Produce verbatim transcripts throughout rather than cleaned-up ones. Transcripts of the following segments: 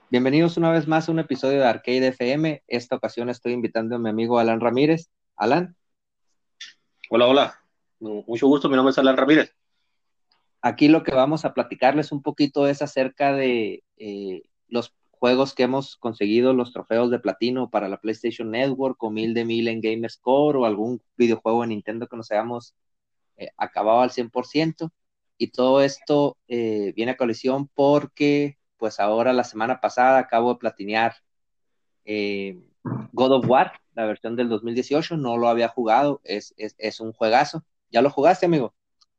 Bienvenidos una vez más a un episodio de Arcade F M. Esta ocasión estoy invitando a mi amigo Alan Ramírez. Alan, Hola, hola. Mucho gusto, mi nombre es Alan Ramírez. aquí lo que vamos a platicarles un poquito es acerca de eh, los juegos que hemos conseguido, los trofeos de platino para la PlayStation Network, o mil de mil en Gamerscore, o algún videojuego de Nintendo que nos hayamos eh, acabado al cien por ciento. Y todo esto eh, viene a colisión porque, pues ahora la semana pasada acabo de platinear eh, God of War, la versión del dos mil dieciocho. No lo había jugado, es, es, es un juegazo. ¿Ya lo jugaste, amigo?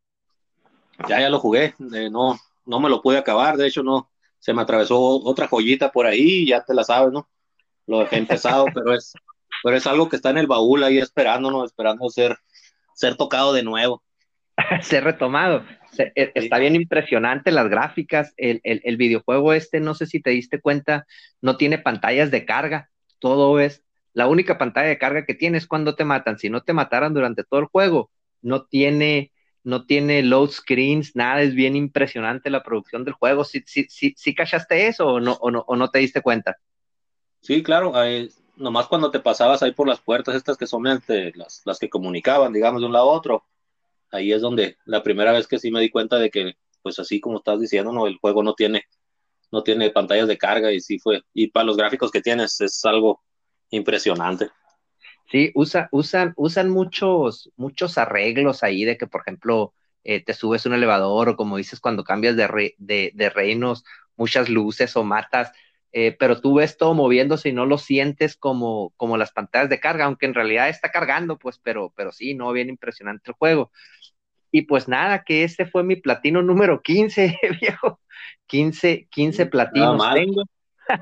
Ya, ya lo jugué. Eh, no, no me lo pude acabar. De hecho, no. Se me atravesó otra joyita por ahí, ya te la sabes, ¿no? Lo dejé empezado, pero es, pero es algo que está en el baúl ahí esperándonos, esperando ser, ser tocado de nuevo. Se ha retomado. Se, e, Sí, está bien impresionante las gráficas. El, el, el videojuego este, no sé si te diste cuenta, no tiene pantallas de carga. Todo es, la única pantalla de carga que tiene es cuando te matan. Si no te mataran durante todo el juego, no tiene, no tiene load screens, nada. Es bien impresionante la producción del juego. ¿Sí, sí, sí, sí cachaste eso o no, o no, o no te diste cuenta? sí, claro. Ahí, nomás cuando te pasabas ahí por las puertas estas que son este, las, las que comunicaban, digamos, de un lado a otro, ahí es donde la primera vez que sí me di cuenta de que, pues así como estás diciendo, no, el juego no tiene no tiene pantallas de carga y sí fue, y para los gráficos que tienes es algo impresionante. Sí, usa, usan, usan muchos, muchos arreglos ahí de que, por ejemplo, eh, te subes un elevador o como dices, cuando cambias de, re, de, de reinos, muchas luces o matas, eh, pero tú ves todo moviéndose y no lo sientes como, como las pantallas de carga, aunque en realidad está cargando, pues, pero, pero sí, no, bien impresionante el juego. Y pues nada, que este fue mi platino número quince viejo. quince quince Sí, nada platinos mal. tengo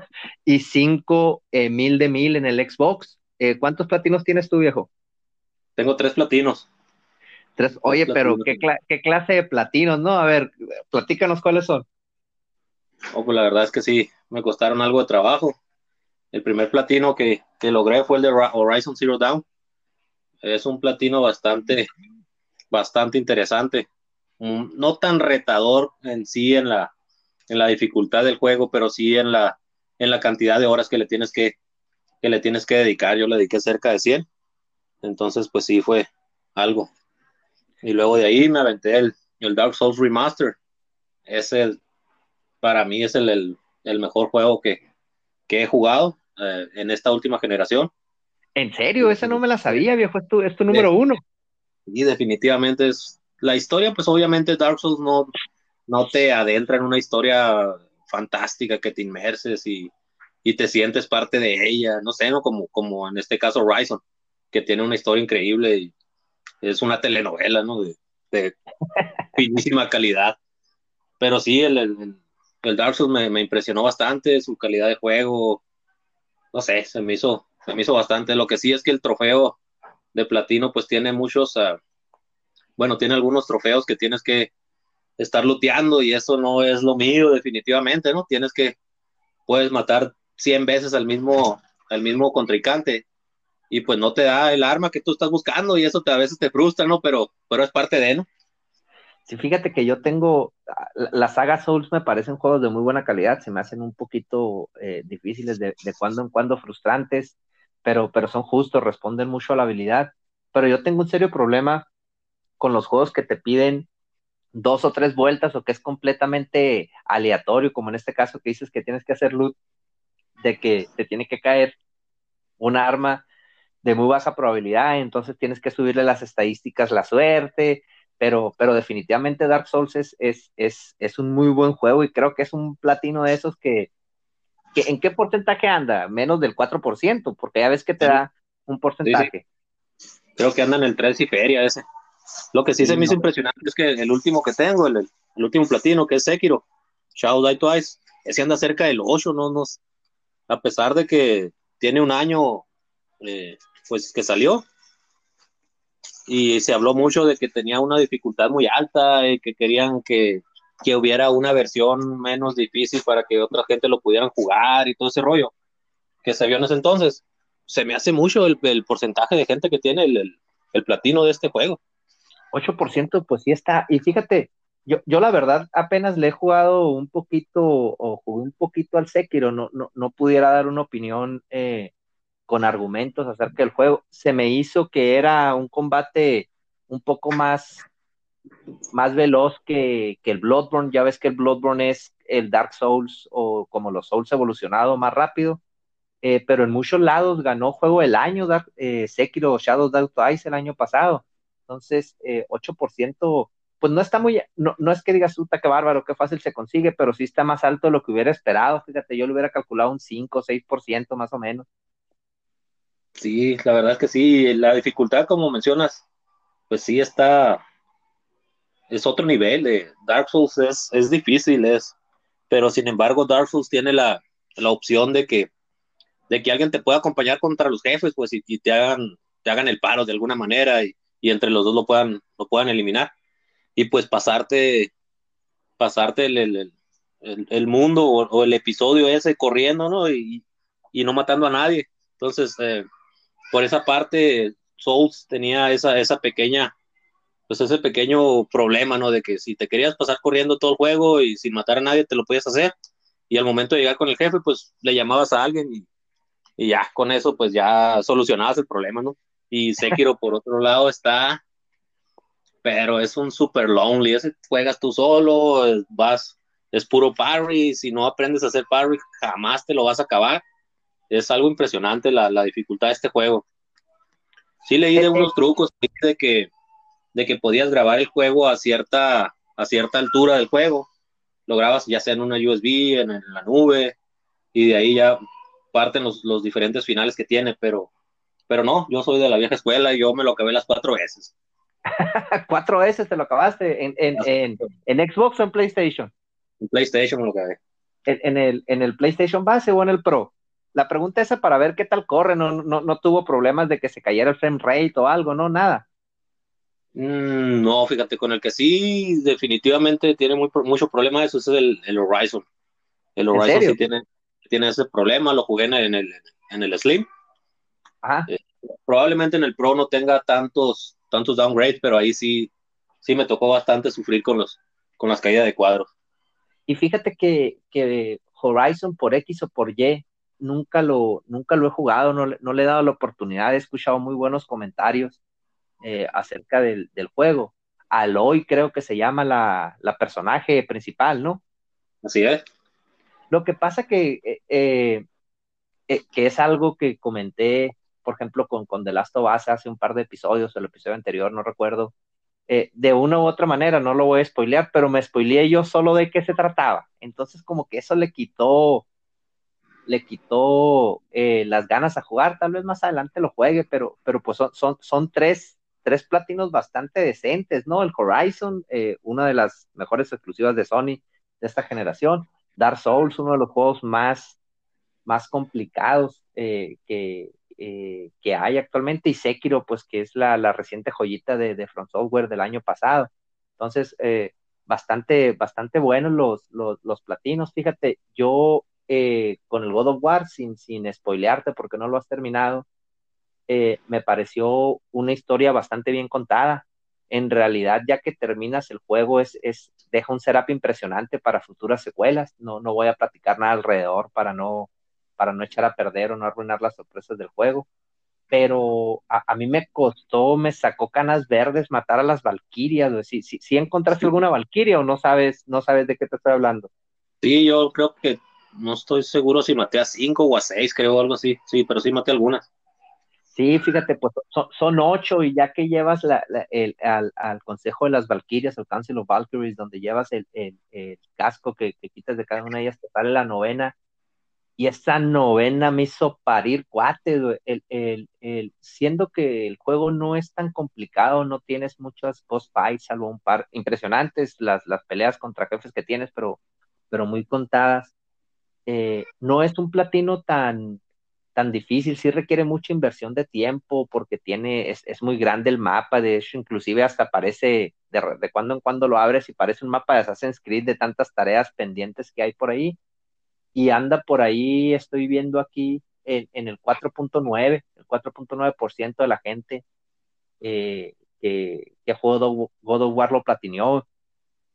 y cinco eh, mil de mil en el Xbox. Eh, ¿cuántos platinos tienes tú, viejo? Tengo tres platinos, Tres. tres Oye, pero platinos. ¿qué, cla- qué clase de platinos, no? A ver, platícanos cuáles son. Oh, pues la verdad es que sí, me costaron algo de trabajo. El primer platino que, que logré fue el de Horizon Zero Dawn. Es un platino bastante, bastante interesante. Mm, No tan retador en sí en la, en la dificultad del juego, pero sí en la, en la cantidad de horas que le tienes que, que le tienes que dedicar. Yo le dediqué cerca de cien, entonces pues sí fue algo. Y luego de ahí me aventé el, el Dark Souls Remaster. Es el, para mí es el, el, el mejor juego que, que he jugado eh, en esta última generación. ¿En Y, serio? Esa no defini- me la sabía, viejo. Es tu, es tu de- número uno. y definitivamente es la historia, pues obviamente Dark Souls no, no te adentra en una historia fantástica que te inmerses y, y te sientes parte de ella, no sé, ¿no? Como, como en este caso Horizon, que tiene una historia increíble y es una telenovela, ¿no? De, de finísima calidad. Pero sí, el, el, el Dark Souls me, me impresionó bastante, su calidad de juego, no sé, se me hizo, se me hizo bastante. Lo que sí es que el trofeo de platino pues tiene muchos, uh, bueno, tiene algunos trofeos que tienes que estar looteando y eso no es lo mío definitivamente, ¿no? Tienes que, puedes matar cien veces al mismo, al mismo contrincante y pues no te da el arma que tú estás buscando y eso te, a veces te frustra, ¿no? Pero, pero es parte de, ¿no? Sí, fíjate que yo tengo, la, la saga Souls me parecen juegos de muy buena calidad, se me hacen un poquito eh, difíciles de, de cuando en cuando, frustrantes, pero, pero son justos, responden mucho a la habilidad. Pero yo tengo un serio problema con los juegos que te piden dos o tres vueltas o que es completamente aleatorio, como en este caso que dices que tienes que hacer loot, de que te tiene que caer un arma de muy baja probabilidad, entonces tienes que subirle las estadísticas, la suerte, pero, pero definitivamente Dark Souls es, es, es, es un muy buen juego y creo que es un platino de esos que, que ¿en qué porcentaje anda? Menos del cuatro por ciento, porque ya ves que te Sí, da un sí, sí. porcentaje. Creo que anda en el tres y feria ese. Lo que sí se Sí, me hizo no. impresionante es que el último que tengo, el, el último platino, que es Sekiro, Shadow Die Twice, ese anda cerca del ocho, ¿no? No, a pesar de que tiene un año, eh, pues que salió, y se habló mucho de que tenía una dificultad muy alta, y que querían que, que hubiera una versión menos difícil para que otra gente lo pudieran jugar y todo ese rollo que se vio en ese entonces. Se me hace mucho el, el porcentaje de gente que tiene el, el, el platino de este juego. Ocho por ciento pues sí está, y fíjate, Yo, yo la verdad apenas le he jugado un poquito o jugué un poquito al Sekiro, no, no, no pudiera dar una opinión eh, con argumentos acerca del juego. Se me hizo que era un combate un poco más, más veloz que, que el Bloodborne. Ya ves que el Bloodborne es el Dark Souls o como los Souls evolucionado más rápido, eh, pero en muchos lados ganó juego del año Dark, eh, Sekiro Shadow Die Twice el año pasado. Entonces, eh, ocho por ciento, pues no está muy, no, no es que digas, puta, qué bárbaro, qué fácil se consigue, pero sí está más alto de lo que hubiera esperado. Fíjate, yo lo hubiera calculado un cinco o seis por ciento más o menos. Sí, la verdad es que sí, la dificultad, como mencionas, pues sí está, es otro nivel. De Dark Souls es, es difícil, es, pero sin embargo Dark Souls tiene la, la opción de que, de que alguien te pueda acompañar contra los jefes, pues, y, y te hagan, te hagan el paro de alguna manera y, y entre los dos lo puedan, lo puedan eliminar. Y pues pasarte, pasarte el, el, el, el- el mundo o, o el episodio ese corriendo, ¿no? Y, y no matando a nadie. Entonces, eh, por esa parte, Souls tenía esa, esa pequeña, pues ese pequeño problema, ¿no? De que si te querías pasar corriendo todo el juego y sin matar a nadie, te lo podías hacer. Y al momento de llegar con el jefe, pues le llamabas a alguien y, y ya con eso, pues ya solucionabas el problema, ¿no? Y Sekiro, por otro lado, está, pero es un super lonely. Ese juegas tú solo, vas, es puro parry. Si no aprendes a hacer parry, jamás te lo vas a acabar. Es algo impresionante la, la dificultad de este juego. Sí leí Eh, de eh, unos trucos de que, de que podías grabar el juego a cierta, a cierta altura del juego. Lo grabas ya sea en una U S B, en, en la nube, y de ahí ya parten los, los diferentes finales que tiene, pero, pero no, yo soy de la vieja escuela y yo me lo acabé las cuatro veces. cuatro veces te lo acabaste en, en, en, en Xbox o en PlayStation. En PlayStation me lo acabé. En, en, el, en el PlayStation base o en el Pro. La pregunta es para ver qué tal corre, no, no, no tuvo problemas de que se cayera el frame rate o algo, no, nada. Mm, no, fíjate, con el que sí definitivamente tiene muy, mucho problema eso es el, el Horizon. El ¿En Horizon serio? sí tiene, tiene ese problema, lo jugué en el, en el, en el Slim. Ajá. Eh, Probablemente en el Pro no tenga tantos, tantos downgrades, pero ahí sí, sí me tocó bastante sufrir con los, con las caídas de cuadros. Y fíjate que, que Horizon por X o por Y nunca lo, nunca lo he jugado, no, no le he dado la oportunidad, he escuchado muy buenos comentarios eh, acerca del, del juego. Aloy creo que se llama la, la personaje principal, ¿no? Así es. Lo que pasa que, eh, eh, eh, que es algo que comenté, por ejemplo, con, con The Last of Us hace un par de episodios, el episodio anterior, no recuerdo, eh, de una u otra manera, no lo voy a spoilear, pero me spoileé yo solo de qué se trataba. Entonces, como que eso le quitó, le quitó eh, las ganas a jugar. Tal vez más adelante lo juegue, pero, pero pues son, son, son tres, tres platinos bastante decentes, ¿no? El Horizon, eh, una de las mejores exclusivas de Sony de esta generación. Dark Souls, uno de los juegos más, más complicados eh, que, eh, que hay actualmente, y Sekiro, pues que es la, la reciente joyita de, de From Software del año pasado. Entonces, eh, bastante, bastante buenos los, los, los platinos. Fíjate, yo eh, con el God of War, sin, sin spoilearte porque no lo has terminado, eh, me pareció una historia bastante bien contada. En realidad, ya que terminas el juego, es, es, deja un setup impresionante para futuras secuelas. No, no voy a platicar nada alrededor para no, para no echar a perder o no arruinar las sorpresas del juego. Pero a, a mí me costó, me sacó canas verdes matar a las Valquirias. ¿Sí, sí, sí encontraste alguna Valquiria o no sabes, no sabes de qué te estoy hablando? Sí, yo creo que no estoy seguro si maté a cinco o a seis, creo, algo así. Sí, pero sí maté algunas. Sí, fíjate, pues son, son ocho y ya que llevas la, la- el, al, al Consejo de las Valquirias, al Council of Valkyries, donde llevas el, el, el casco que, que quitas de cada una de ellas, te sale la novena. Y esa novena me hizo parir cuates, güey. El, el, el, siendo que el juego no es tan complicado, no tienes muchas boss fights, salvo un par impresionantes, las, las peleas contra jefes que tienes, pero, pero muy contadas. Eh, no es un platino tan, tan difícil, sí requiere mucha inversión de tiempo porque tiene, es, es muy grande el mapa, de hecho, inclusive hasta parece, de, de cuando en cuando lo abres y parece un mapa de Assassin's Creed de tantas tareas pendientes que hay por ahí, y anda por ahí, estoy viendo aquí en, en el cuatro punto nueve, el cuatro punto nueve por ciento de la gente eh, que, que jugó God of War lo platineó.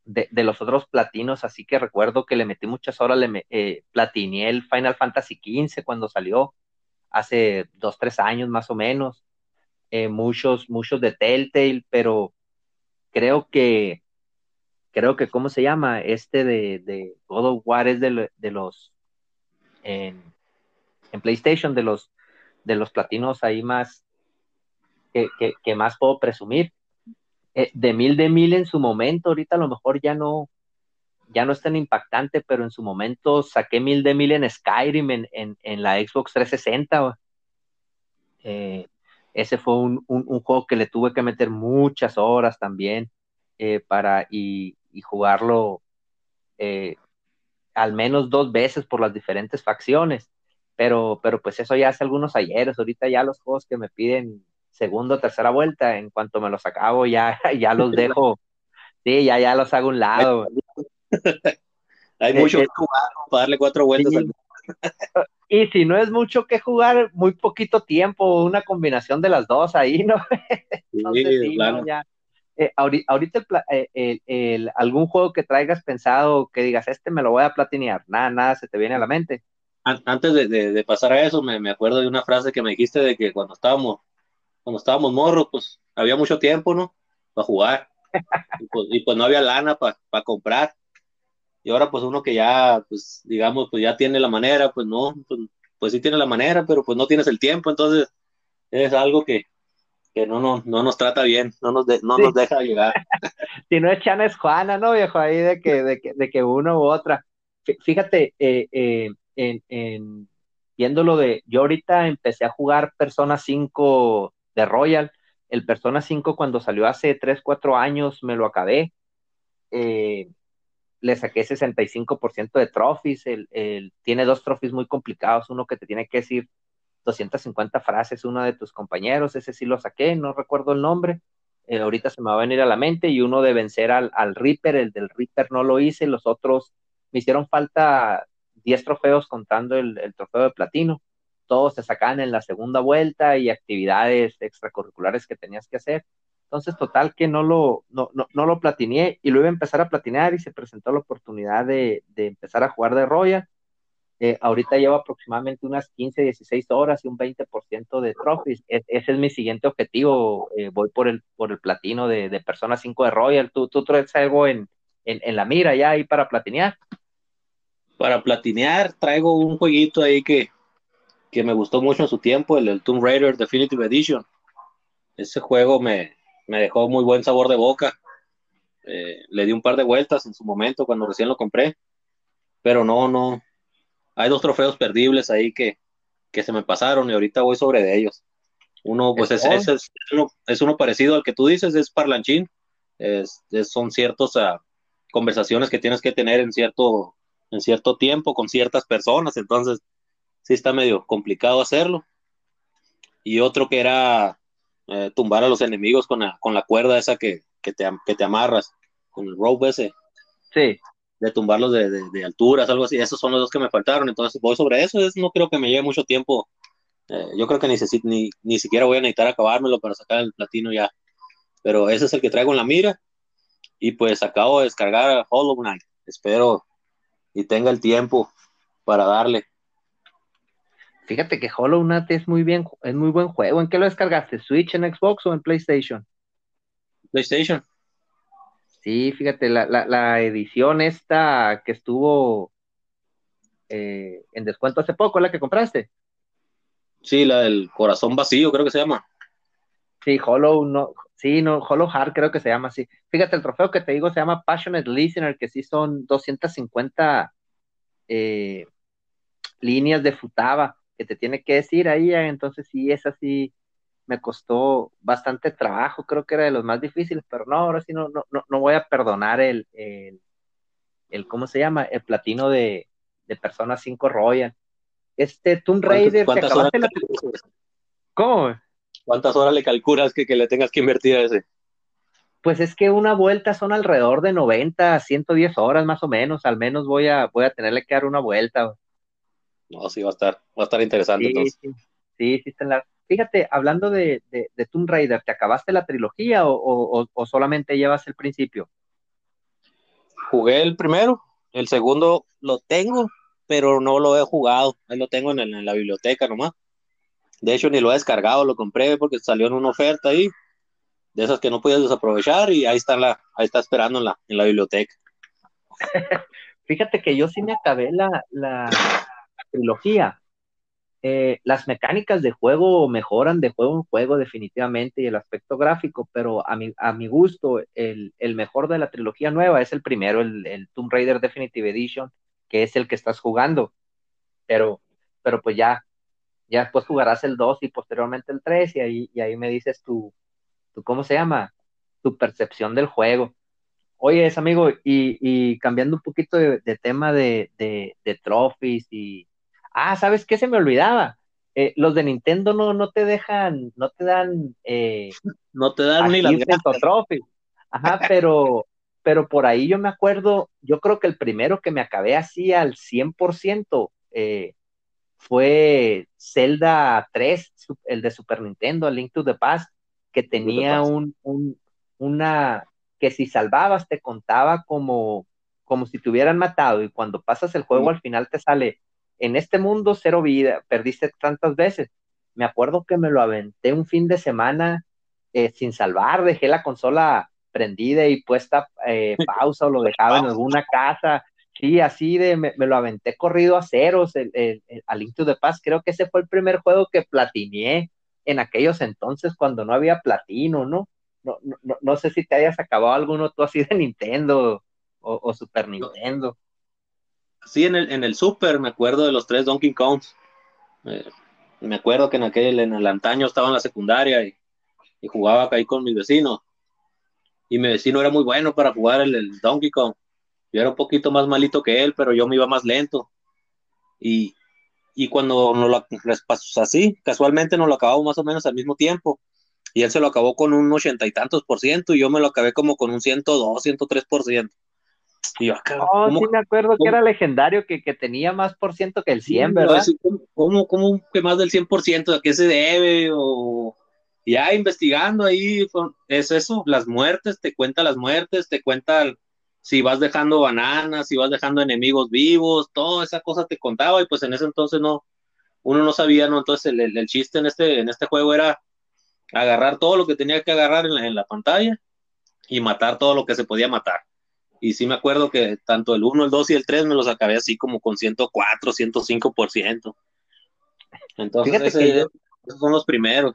de, de los otros platinos, así que recuerdo que le metí muchas horas, le me, eh, platiné el Final Fantasy quince cuando salió, hace dos, tres años más o menos, eh, muchos, muchos de Telltale, pero creo que, creo que, ¿cómo se llama? Este de, de God of War es de, lo- de los, en, en PlayStation, de los, de los platinos ahí más, que, que, que más puedo presumir. Eh, de mil de mil en su momento, ahorita a lo mejor ya no, ya no es tan impactante, pero en su momento saqué mil de mil en Skyrim en, en, en la Xbox trescientos sesenta. Eh, ese fue un, un, un, juego que le tuve que meter muchas horas también eh, para y, y jugarlo eh, al menos dos veces por las diferentes facciones, pero, pero pues eso ya hace algunos ayeres. Ahorita ya los juegos que me piden segunda o tercera vuelta, en cuanto me los acabo, ya, ya los dejo, sí, ya, ya los hago a un Hay, lado. hay Eh, mucho eh, que jugar, ¿no? Para darle cuatro vueltas al... sí. Y si no es mucho que jugar, muy poquito tiempo, una combinación de las dos ahí, ¿no? Sí, Entonces de sí, no, plano. ya. Eh, ahori- ahorita, el, pla- eh, el- el- algún juego que traigas pensado que digas, este me lo voy a platinear, nada, nada se te viene a la mente. An- Antes de, de- de pasar a eso, me, me acuerdo de una frase que me dijiste de que cuando estábamos, cuando estábamos morros, pues había mucho tiempo, ¿no? Para jugar. Y pues, y pues no había lana para comprar. Y ahora pues uno que ya, pues digamos, pues ya tiene la manera, pues no, pues, pues sí tiene la manera, pero pues no tienes el tiempo, entonces es algo que, que no, no, no nos trata bien, no nos, de- no nos Sí, deja llegar. si no es Chana es Juana, ¿no, viejo? Ahí de que, de que, de que uno u otra. Fí- Fíjate, eh, eh, en, en, viéndolo de, yo ahorita empecé a jugar Persona cinco de Royal. El Persona cinco cuando salió hace tres cuatro años me lo acabé. Eh, Le saqué sesenta y cinco por ciento de trophies. El, el, tiene dos trophies muy complicados. Uno que te tiene que decir doscientas cincuenta frases, uno de tus compañeros. Ese sí lo saqué, no recuerdo el nombre. Eh, ahorita se me va a venir a la mente. Y uno de vencer al, al Reaper. El del Reaper no lo hice. Los otros me hicieron falta diez trofeos contando el, el trofeo de platino. Todos se sacaban en la segunda vuelta y actividades extracurriculares que tenías que hacer. Entonces, total que no lo, no, no, no lo platineé y lo iba a empezar a platinear y se presentó la oportunidad de, de empezar a jugar de Royal. Eh, ahorita llevo aproximadamente unas quince, dieciséis horas y un veinte por ciento de trophies. Es, ese es mi siguiente objetivo. Eh, voy por el, por el platino de, de Persona cinco de Royal. ¿Tú, tú traes algo en, en, en la mira ya ahí para platinear? Para platinear traigo un jueguito ahí que, que me gustó mucho en su tiempo, el, el Tomb Raider Definitive Edition. Ese juego me, me dejó muy buen sabor de boca. Eh, le di un par de vueltas en su momento cuando recién lo compré, pero no, no. Hay dos trofeos perdibles ahí que, que se me pasaron y ahorita voy sobre de ellos. Uno, ¿El pues es, es, cuál? es, uno, es uno parecido al que tú dices, es parlanchín. Es, es- son ciertas uh, conversaciones que tienes que tener en cierto, en cierto tiempo con ciertas personas, entonces sí está medio complicado hacerlo. Y otro que era eh, tumbar a los enemigos con la, con la cuerda esa que, que, te, que te amarras, con el rope ese, Sí. de tumbarlos de, de, de alturas, algo así. Esos son los dos que me faltaron, entonces voy sobre eso. Es, no creo que me lleve mucho tiempo. Eh, yo creo que ni, ni, ni siquiera voy a necesitar acabármelo para sacar el platino ya. Pero ese es el que traigo en la mira. Y pues acabo de descargar Hollow Knight. Espero y tenga el tiempo para darle. Fíjate que Hollow Knight es muy bien, es muy buen juego. ¿En qué lo descargaste? ¿Switch, en Xbox o en PlayStation? PlayStation. Sí, fíjate, la, la, la edición esta que estuvo eh, en descuento hace poco, la que compraste. Sí, la del corazón vacío, creo que se llama. Sí, Hollow, no, sí, no, Hollow Heart creo que se llama así. Fíjate, el trofeo que te digo se llama Passionate Listener, que sí son doscientas cincuenta eh, líneas de Futaba que te tiene que decir ahí, eh, entonces sí, es así, me costó bastante trabajo, creo que era de los más difíciles, pero no, ahora sí no, no, no, no voy a perdonar el, el, el, ¿cómo se llama? El platino de, de Persona cinco Royal. Este Tomb ¿Cuántas, Raider, ¿te cuántas horas acabaste la... ¿Cómo? ¿Cuántas horas le calculas que, que le tengas que invertir a ese? Pues es que una vuelta son alrededor de noventa a ciento diez horas más o menos, al menos voy a, voy a tenerle que dar una vuelta. No, sí va a estar, va a estar interesante Sí, entonces. sí, sí, sí está en la... Fíjate, hablando de, de, de Tomb Raider, ¿te acabaste la trilogía o, o, o solamente llevas el principio? Jugué el primero, el segundo lo tengo, pero no lo he jugado. Ahí lo tengo en, el- en la biblioteca nomás. De hecho, ni lo he descargado, lo compré porque salió en una oferta ahí, de esas que no podías desaprovechar, y ahí está, la, ahí está esperando en la, en la biblioteca. Fíjate que yo sí me acabé la, la trilogía. Eh, las mecánicas de juego mejoran de juego en juego definitivamente y el aspecto gráfico, pero a mi, a mi gusto el, el mejor de la trilogía nueva es el primero, el, el Tomb Raider Definitive Edition, que es el que estás jugando, pero, pero pues ya, ya después jugarás el dos y posteriormente el tres y ahí, y ahí me dices tu, tu, ¿cómo se llama? Tu percepción del juego. Oye, es amigo, y, y cambiando un poquito de, de tema de, de, de trophies y... Ah, ¿sabes qué? Se me olvidaba. Eh, los de Nintendo no, no te dejan, no te dan eh, No te dan ni las achievements o gracias. trophies. Ajá, pero, pero por ahí yo me acuerdo, yo creo que el primero que me acabé así al cien por ciento eh, fue Zelda tres, su- el de Super Nintendo, A Link to the Past, que ¿Qué te tenía pasa? un, un, una, que si salvabas te contaba como, como si te hubieran matado y cuando pasas el juego al final te sale, en este mundo cero vida, perdiste tantas veces. Me acuerdo que me lo aventé un fin de semana eh, sin salvar, dejé la consola prendida y puesta eh, pausa o lo dejaba en alguna casa. Sí, así de, me, me lo aventé corrido a ceros, el, el, el, a Link to the Past. Creo que ese fue el primer juego que platineé en aquellos entonces cuando no había platino, ¿no? No, no, no, no sé si te hayas acabado alguno tú así de Nintendo o, o Super Nintendo. Sí, en el, en el Super me acuerdo de los tres Donkey Kongs. Eh, me acuerdo que en aquel, en el antaño estaba en la secundaria y, y jugaba ahí con mi vecino. Y mi vecino era muy bueno para jugar el, el Donkey Kong. Yo era un poquito más malito que él, pero yo me iba más lento. Y, y cuando nos lo les pasó así, casualmente nos lo acabamos más o menos al mismo tiempo. Y él se lo acabó con un ochenta y tantos por ciento y yo me lo acabé como con un ciento dos, ciento tres por ciento. Y yo, acá, Oh, ¿cómo, sí me acuerdo que cómo, era legendario, que, que tenía más por ciento que el sí, cien, a ver ¿verdad? si- cómo, cómo, cómo que más del cien por ciento? ¿A qué se debe? O ya investigando ahí, fue- es eso, las muertes, te cuenta las muertes, te cuenta si vas dejando bananas, si vas dejando enemigos vivos, toda esa cosa te contaba y pues en ese entonces no, uno no sabía, ¿no? Entonces el, el, el chiste en este, en este juego era agarrar todo lo que tenía que agarrar en la, en la pantalla y matar todo lo que se podía matar. Y sí me acuerdo que tanto el uno el dos y el tres me los acabé así como con ciento cuatro, ciento cinco por ciento. Entonces Fíjate que ese, yo, esos son los primeros.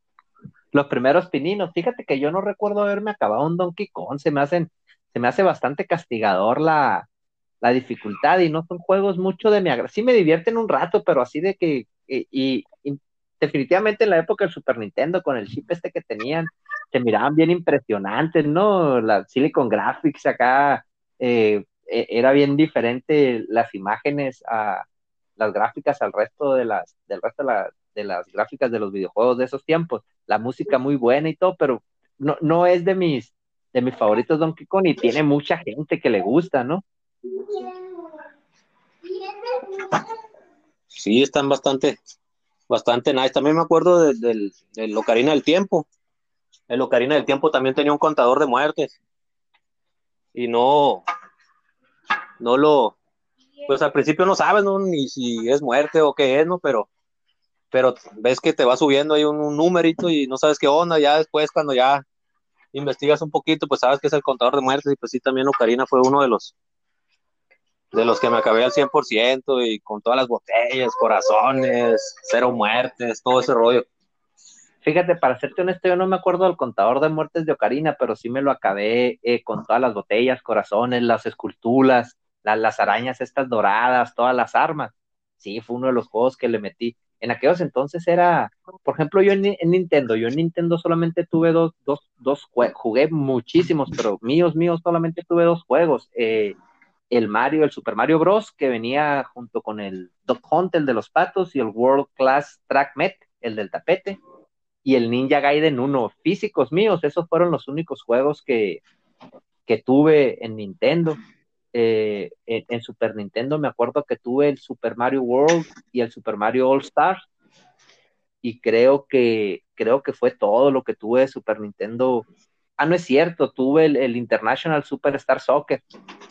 los primeros pininos, fíjate que yo no recuerdo haberme acabado un Donkey Kong, se me hacen, se me hace bastante castigador la, la dificultad y no son juegos mucho de mi agrado. Sí me divierten un rato, pero así de que, y, y- y definitivamente en la época del Super Nintendo, con el chip este que tenían, se miraban bien impresionantes, ¿no? La Silicon Graphics acá, eh, e- era bien diferente las imágenes a las gráficas al resto de las, del resto de, la- de las gráficas de los videojuegos de esos tiempos. La música muy buena y todo, pero no, no es de mis, de mis favoritos Donkey Kong y tiene mucha gente que le gusta, ¿no? Sí, están bastante, bastante nice. También me acuerdo de- del, del Ocarina del Tiempo. El Ocarina del Tiempo también tenía un contador de muertes y no, no lo, pues al principio no sabes, ¿no? Ni si es muerte o qué es, ¿no? Pero, pero ves que te va subiendo ahí un, un numerito y no sabes qué onda. Ya después cuando ya investigas un poquito, pues sabes que es el contador de muertes y pues sí, también Ocarina fue uno de los, de los que me acabé al cien por ciento y con todas las botellas, corazones, cero muertes, todo ese rollo. Fíjate, para serte honesto, yo no me acuerdo del contador de muertes de Ocarina, pero sí me lo acabé eh, con todas las botellas, corazones, las esculturas, la- las arañas estas doradas, todas las armas. Sí, fue uno de los juegos que le metí. En aquellos entonces era, por ejemplo, yo en, Ni- en Nintendo, yo en Nintendo solamente tuve dos, dos, dos juegos, jugué muchísimos, pero míos, míos, solamente tuve dos juegos. Eh, el Mario, el Super Mario Bros., que venía junto con el Duck Hunt, el de los patos, y el World Class Track Met, el del tapete y el Ninja Gaiden uno, físicos míos, esos fueron los únicos juegos que, que tuve en Nintendo. Eh, en, en, Super Nintendo me acuerdo que tuve el Super Mario World y el Super Mario All Stars y creo que creo que fue todo lo que tuve de Super Nintendo. Ah, no es cierto, tuve el, el International Superstar Soccer.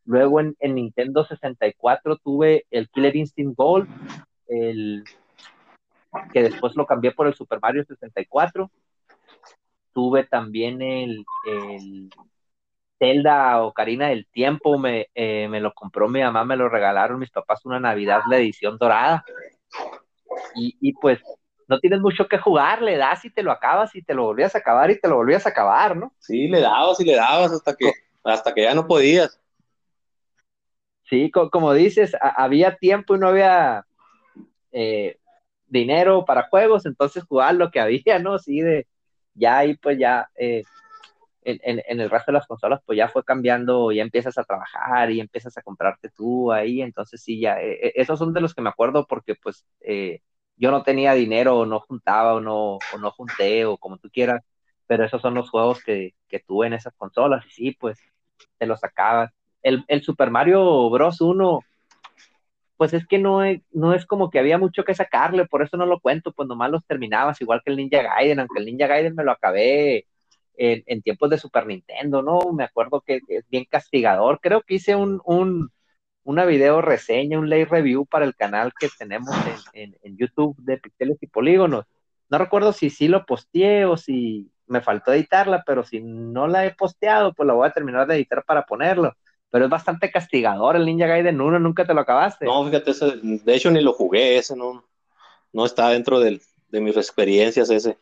Luego en, en Nintendo sesenta y cuatro tuve el Killer Instinct Gold, el, que después lo cambié por el Super Mario sesenta y cuatro. Tuve también el, el Zelda Ocarina del Tiempo, me, eh, me lo compró mi mamá, me lo regalaron mis papás una Navidad, la edición dorada. Y, y pues no tienes mucho que jugar, le das y te lo acabas y te lo volvías a acabar y te lo volvías a acabar, ¿no? Sí, le dabas y le dabas hasta que, Co- hasta que ya no podías. sí, co- como dices, a- había tiempo y no había eh, dinero para juegos, entonces jugaba lo que había, ¿no? Sí, de ya ahí pues ya eh, en, en, en el resto de las consolas pues ya fue cambiando, ya empiezas a trabajar y empiezas a comprarte tú ahí, entonces sí, ya, eh, eh, esos son de los que me acuerdo porque pues eh, yo no tenía dinero o no juntaba o no, o no junté o como tú quieras, pero esos son los juegos que, que tuve en esas consolas y sí, pues te los sacabas. El, el Super Mario Bros. Uno pues es que no es, no es como que había mucho que sacarle, por eso no lo cuento, pues nomás los terminabas, igual que el Ninja Gaiden, aunque el Ninja Gaiden me lo acabé en, en tiempos de Super Nintendo, ¿no? Me acuerdo que, que es bien castigador. Creo que hice un, un, una video reseña, un late review para el canal que tenemos en, en, en YouTube de Pixeles y Polígonos. No recuerdo si sí lo posteé o si me faltó editarla, pero si no la he posteado, pues la voy a terminar de editar para ponerlo. Pero es bastante castigador el Ninja Gaiden uno, nunca te lo acabaste. No, fíjate, ese, de hecho ni lo jugué, ese no, no está dentro del, de mis experiencias ese.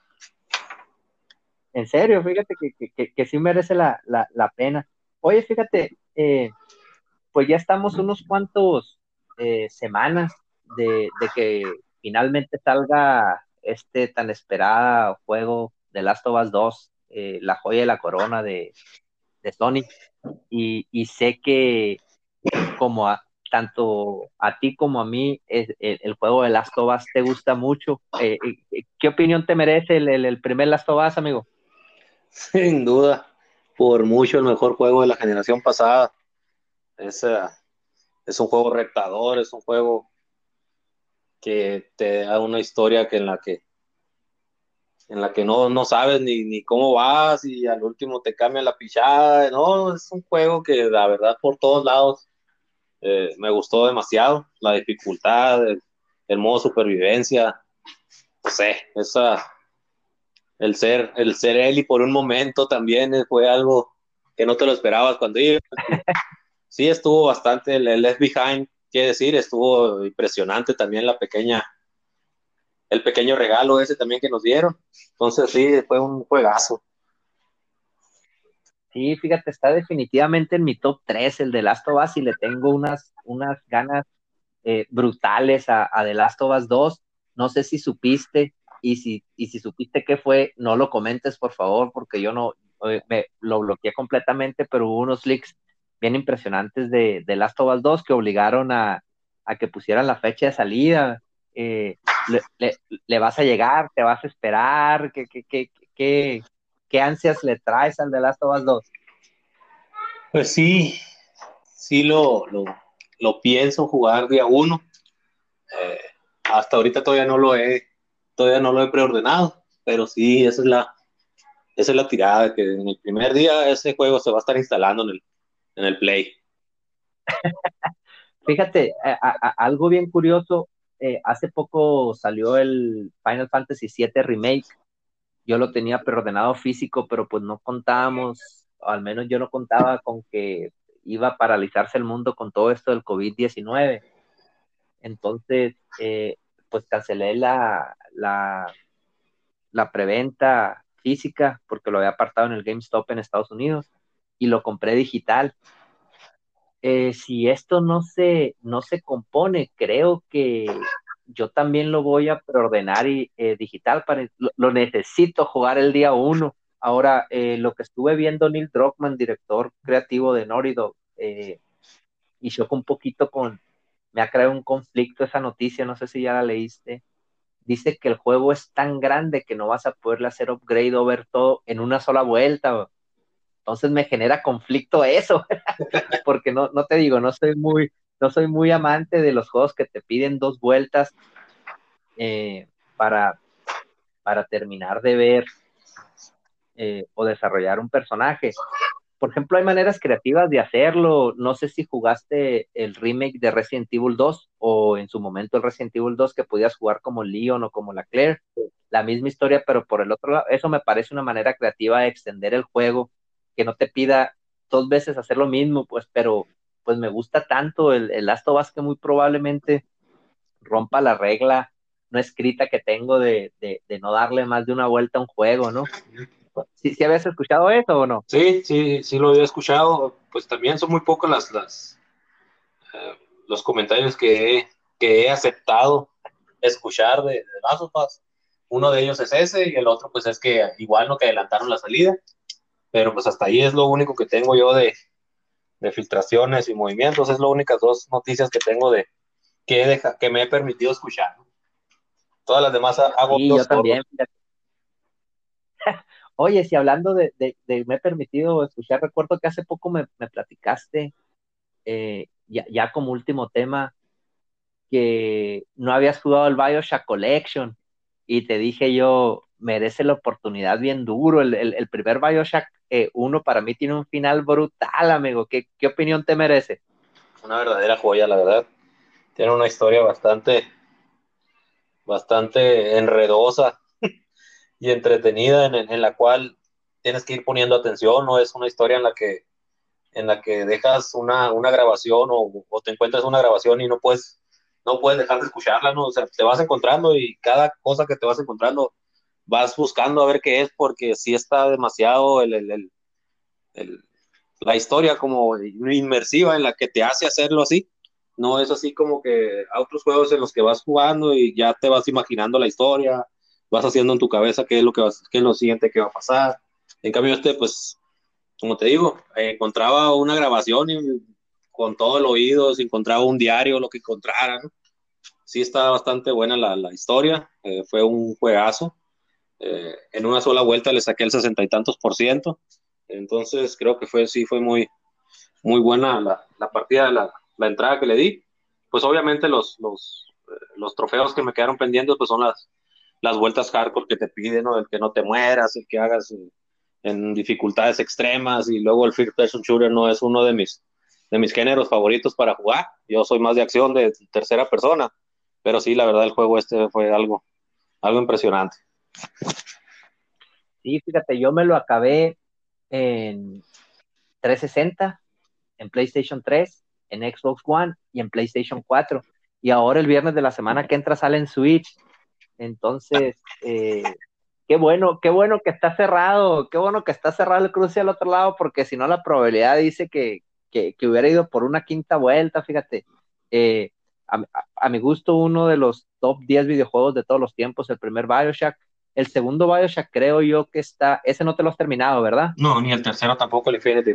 En serio, fíjate que, que, que, que sí merece la, la, la pena. Oye, fíjate, eh, pues ya estamos unos cuantos eh, semanas de, de que finalmente salga este tan esperado juego de Last of Us dos, eh, la joya de la corona de, de Sony. Y, y sé que como a, tanto a ti como a mí es, el, el, juego de Last of Us te gusta mucho. Eh, eh, ¿Qué opinión te merece el, el, el primer Last of Us, amigo? Sin duda, por mucho el mejor juego de la generación pasada. Es, uh, es un juego retador, es un juego que te da una historia que en la que en la que no, no sabes ni, ni cómo vas y al último te cambia la pichada. No, es un juego que la verdad por todos lados eh, me gustó demasiado. La dificultad, el, el modo supervivencia, no sé, esa, el ser, el ser Ellie por un momento también fue algo que no te lo esperabas cuando iba. Sí, estuvo bastante, el, el Left Behind, quiere decir, estuvo impresionante también la pequeña, el pequeño regalo ese también que nos dieron. Entonces sí, fue un juegazo. Sí, fíjate, está definitivamente en mi top tres el de Last of Us y le tengo unas, unas ganas eh, brutales a, a The Last of Us dos. No sé si supiste y si, y si supiste qué fue, no lo comentes por favor porque yo no eh, me lo bloqueé completamente, pero hubo unos leaks bien impresionantes de, de Last of Us dos que obligaron a, a que pusieran la fecha de salida. Eh, le, le, le, vas a llegar, te vas a esperar, ¿qué, qué, qué, qué, qué ansias le traes al The Last of Us dos? Pues sí, sí lo, lo, lo pienso jugar día uno. Eh, hasta ahorita todavía no lo he, todavía no lo he preordenado, pero sí, esa es la, esa es la tirada, que en el primer día ese juego se va a estar instalando en el, en el Play. Fíjate, a, a, algo bien curioso, eh, hace poco salió el Final Fantasy siete Remake, yo lo tenía preordenado físico, pero pues no contábamos, o al menos yo no contaba con que iba a paralizarse el mundo con todo esto del covid diecinueve. Entonces, eh, pues cancelé la, la, la preventa física porque lo había apartado en el GameStop en Estados Unidos y lo compré digital. Eh, si esto no se, no se compone, creo que yo también lo voy a preordenar y, eh, digital, para, lo, lo, necesito jugar el día uno. Ahora, eh, lo que estuve viendo Neil Druckmann, director creativo de Naughty Dog, eh, y choco un poquito con, me ha creado un conflicto esa noticia, no sé si ya la leíste. Dice que el juego es tan grande que no vas a poderle hacer upgrade over todo en una sola vuelta. Entonces me genera conflicto eso, porque no, no te digo, no soy muy, no soy muy amante de los juegos que te piden dos vueltas eh, para, para terminar de ver eh, o desarrollar un personaje. por ejemplo, hay maneras creativas de hacerlo. No sé si jugaste el remake de Resident Evil dos o en su momento el Resident Evil dos que podías jugar como Leon o como la Claire. La misma historia, pero por el otro lado, eso me parece una manera creativa de extender el juego, que no te pida dos veces hacer lo mismo, pues, pero pues me gusta tanto el, el Last of Us que muy probablemente rompa la regla no escrita que tengo de, de, de no darle más de una vuelta a un juego, ¿no? ¿Sí, sí habías escuchado eso o no? Sí, sí, sí lo había escuchado. Pues también son muy pocos las, las, eh, los comentarios que he, que he aceptado escuchar de, de Last of Us. Uno de ellos es ese y el otro pues es que igual no que adelantaron la salida, pero pues hasta ahí es lo único que tengo yo de, de filtraciones y movimientos, es las únicas dos noticias que tengo de que, he deja, que me he permitido escuchar. Todas las demás hago Sí, yo dos también. solos. Oye, si hablando de, de, de, me he permitido escuchar, recuerdo que hace poco me, me platicaste, eh, ya, ya como último tema, que no habías jugado el Bioshock Collection y te dije yo, merece la oportunidad bien duro. El, el, el primer Bioshock eh, uno para mí tiene un final brutal, amigo. ¿Qué, qué opinión te merece? Una verdadera joya, la verdad. Tiene una historia bastante, bastante enredosa y entretenida en, en la cual tienes que ir poniendo atención, no es una historia en la que, en la que dejas una, una grabación o, o te encuentras una grabación y no puedes, no puedes dejar de escucharla, ¿no? O sea, te vas encontrando y cada cosa que te vas encontrando vas buscando a ver qué es porque sí está demasiado el, el, el, el la historia como inmersiva en la que te hace hacerlo así. No es así como que a otros juegos en los que vas jugando y ya te vas imaginando la historia, vas haciendo en tu cabeza qué es lo que vas, qué es lo siguiente que va a pasar. En cambio este, pues, como te digo, eh, encontraba una grabación y con todo el oído, si encontraba un diario, lo que encontrara, ¿no? Sí está bastante buena la, la historia, eh, fue un juegazo. Eh, en una sola vuelta le saqué el sesenta y tantos por ciento, entonces creo que fue, sí fue muy, muy buena la, la partida, la, la, entrada que le di. Pues obviamente los, los, eh, los trofeos que me quedaron pendientes pues son las, las vueltas hardcore que te piden, ¿no? El que no te mueras, el que hagas en, en dificultades extremas y luego el first person shooter no es uno de mis, de mis géneros favoritos para jugar. Yo soy más de acción de tercera persona, pero sí, la verdad el juego este fue algo, algo impresionante. Sí, fíjate, yo me lo acabé en trescientos sesenta, en PlayStation tres, en Xbox One y en PlayStation cuatro. Y ahora el viernes de la semana que entra sale en Switch. Entonces, eh, qué bueno, qué bueno que está cerrado, qué bueno que está cerrado el cruce al otro lado, porque si no la probabilidad dice que, que, que hubiera ido por una quinta vuelta, fíjate. Eh, a, a, a, mi gusto, uno de los top diez videojuegos de todos los tiempos, el primer Bioshock. El segundo Bioshock creo yo que está, ese no te lo has terminado, ¿verdad? No, ni el tercero tampoco, el Infinity.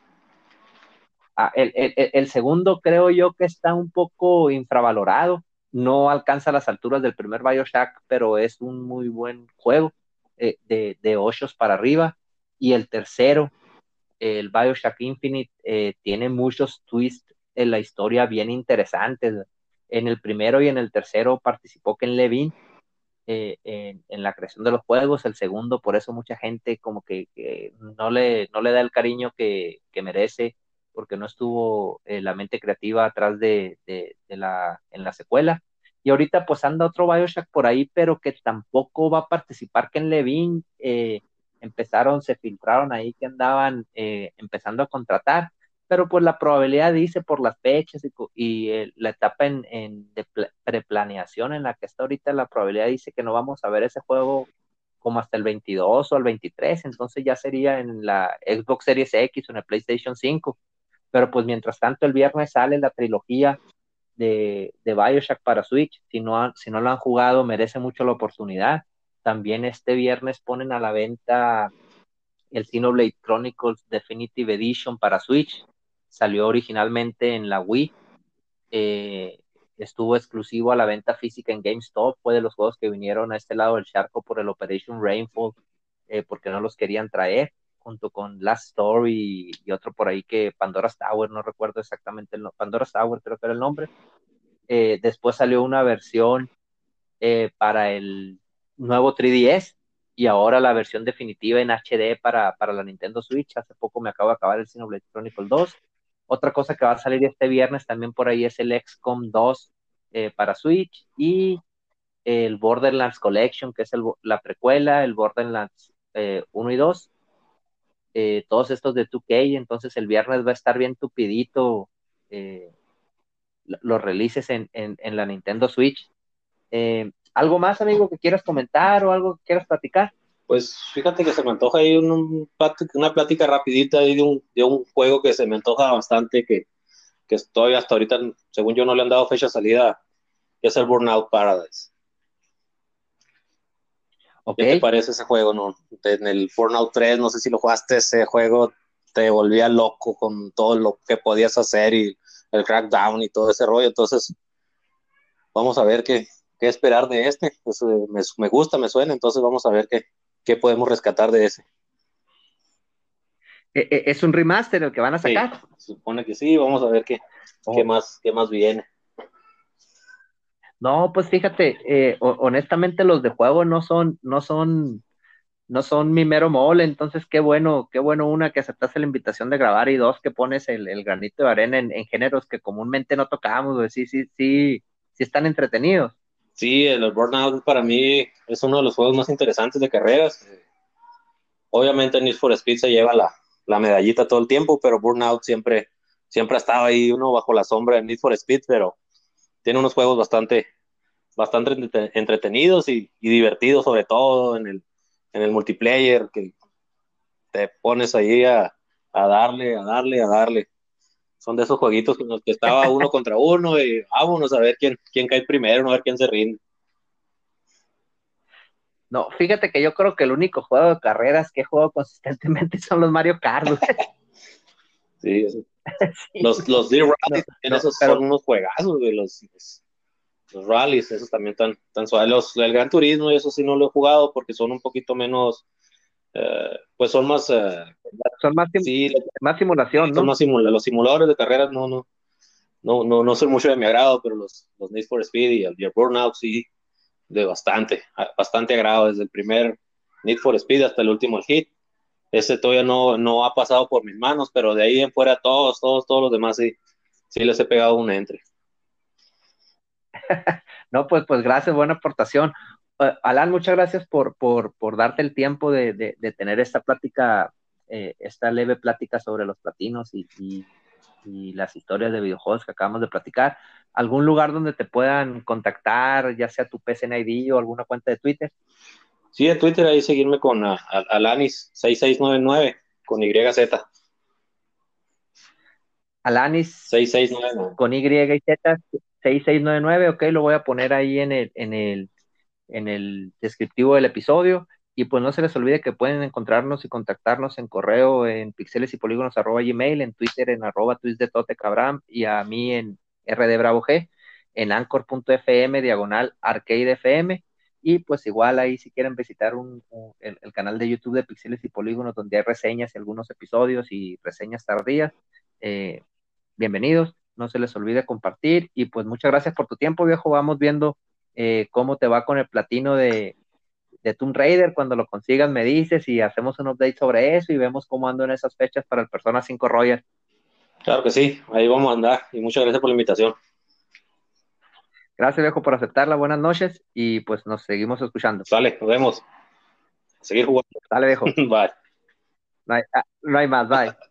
Ah, el, el, el, segundo creo yo que está un poco infravalorado, no alcanza las alturas del primer Bioshock, pero es un muy buen juego, eh, de, de ocho para arriba. Y el tercero, el Bioshock Infinite, eh, tiene muchos twists en la historia bien interesantes. En el primero y en el tercero participó Ken Levine, eh, en, en, la creación de los juegos. El segundo, por eso mucha gente como que, que no, le, no le da el cariño que, que merece, porque no estuvo eh, la mente creativa atrás de, de, de, la, en la secuela. Y ahorita pues anda otro Bioshock por ahí, pero que tampoco va a participar Ken Levine. Eh, empezaron, se filtraron ahí que andaban eh, empezando a contratar, pero pues la probabilidad dice por las fechas y, y eh, la etapa en, en de preplaneación en la que está ahorita, la probabilidad dice que no vamos a ver ese juego como hasta el veintidós o el veintitrés, entonces ya sería en la Xbox Series X o en el PlayStation cinco. Pero pues mientras tanto el viernes sale la trilogía de, de Bioshock para Switch. Si no, han, si no lo han jugado, merece mucho la oportunidad. También este viernes ponen a la venta el Xenoblade Chronicles Definitive Edition para Switch. Salió originalmente en la Wii, eh, estuvo exclusivo a la venta física en GameStop, fue de los juegos que vinieron a este lado del charco por el Operation Rainfall, eh, porque no los querían traer, junto con Last Story y otro por ahí que Pandora's Tower, no recuerdo exactamente el nombre, Pandora's Tower creo que era el nombre. Eh, después salió una versión eh, para el nuevo tres D S y ahora la versión definitiva en H D para, para la Nintendo Switch. Hace poco me acabo de acabar el Xenoblade Chronicles dos. Otra cosa que va a salir este viernes también por ahí es el X COM dos eh, para Switch, y el Borderlands Collection, que es el, la precuela, el Borderlands eh, uno y dos, eh, todos estos de dos K. Entonces el viernes va a estar bien tupidito eh, los releases en, en, en la Nintendo Switch. Eh, ¿Algo más, amigo, que quieras comentar o algo que quieras platicar? Pues fíjate que se me antoja ahí un, un, una plática rapidita ahí de un, de un juego que se me antoja bastante, que, que estoy hasta ahorita, según yo, no le han dado fecha de salida, que es el Burnout Paradise. ¿Qué te Okay. parece ese juego? ¿No? En el Burnout tres, no sé si lo jugaste, ese juego te volvía loco con todo lo que podías hacer y el crackdown y todo ese rollo. Entonces, vamos a ver qué, qué esperar de este. Pues, eh, me, me gusta, me suena, entonces vamos a ver qué, qué podemos rescatar de ese. ¿Es un remaster el que van a Sí, sacar? se supone que sí, vamos a ver qué, qué, Oh. más, qué más viene. No, pues fíjate, eh, honestamente los de juego no son, no son, no son mi mero mole. Entonces qué bueno, qué bueno, una, que aceptaste la invitación de grabar, y dos, que pones el, el granito de arena en, en géneros que comúnmente no tocamos, güey. Sí, sí, sí, sí están entretenidos. Sí, el Burnout para mí es uno de los juegos más interesantes de carreras. Obviamente Need for Speed se lleva la, la medallita todo el tiempo, pero Burnout siempre, siempre ha estado ahí uno bajo la sombra de Need for Speed, pero tiene unos juegos bastante, bastante entretenidos y, y divertidos, sobre todo en el, en el multiplayer, que te pones ahí a, a darle, a darle, a darle. Son de esos jueguitos en los que estaba uno contra uno y vámonos a ver quién, quién cae primero, a ver quién se rinde. No, fíjate que yo creo que el único juego de carreras que he jugado consistentemente son los Mario Kart. Sí, eso. Sí. Los, los D-Rally No, también, no, esos son pero unos juegazos, de los, los, los rallies, esos también están tan suaves. Los, el Gran Turismo, eso sí no lo he jugado porque son un poquito menos, eh, pues son más, eh, son más, sim- sí, más simulación, son ¿no? más simula, los simuladores de carreras no, no, no, no, no son mucho de mi agrado, pero los, los Need for Speed y el, y el Burnout sí, de bastante, bastante agrado, desde el primer Need for Speed hasta el último Hit. Ese todavía no, no ha pasado por mis manos, pero de ahí en fuera todos, todos, todos los demás sí, sí les he pegado un entre. No, pues, pues gracias, buena aportación. Uh, Alan, muchas gracias por, por, por darte el tiempo de, de, de tener esta plática, eh, esta leve plática sobre los platinos y, y, y las historias de videojuegos que acabamos de platicar. ¿Algún lugar donde te puedan contactar, ya sea tu P C N I D o alguna cuenta de Twitter? Sí, en Twitter ahí seguirme con uh, Alanis seis seis nueve nueve con Y Z. Alanis seis seis nueve nueve. con Y y Z seis seis nueve nueve. Ok, lo voy a poner ahí en el, en el, en el descriptivo del episodio. Y pues no se les olvide que pueden encontrarnos y contactarnos en correo en pixeles y polígonos arroba gmail, en Twitter en arroba twist de Tote Cabram, y a mí en R D Bravo G, en anchor punto f m diagonal arcade F M. Y pues igual ahí, si quieren visitar un, un, el, el canal de YouTube de Pixeles y Polígonos, donde hay reseñas y algunos episodios y reseñas tardías, eh, bienvenidos. No se les olvide compartir. Y pues muchas gracias por tu tiempo, viejo. Vamos viendo eh, cómo te va con el platino de, de Tomb Raider. Cuando lo consigas me dices y hacemos un update sobre eso y vemos cómo ando en esas fechas para el Persona cinco Royal. Claro que sí, ahí vamos a andar y muchas gracias por la invitación. Gracias, viejo, por aceptarla. Buenas noches y pues nos seguimos escuchando. Sale, nos vemos. A seguir jugando. Dale, viejo. Bye. No hay, no hay más, bye.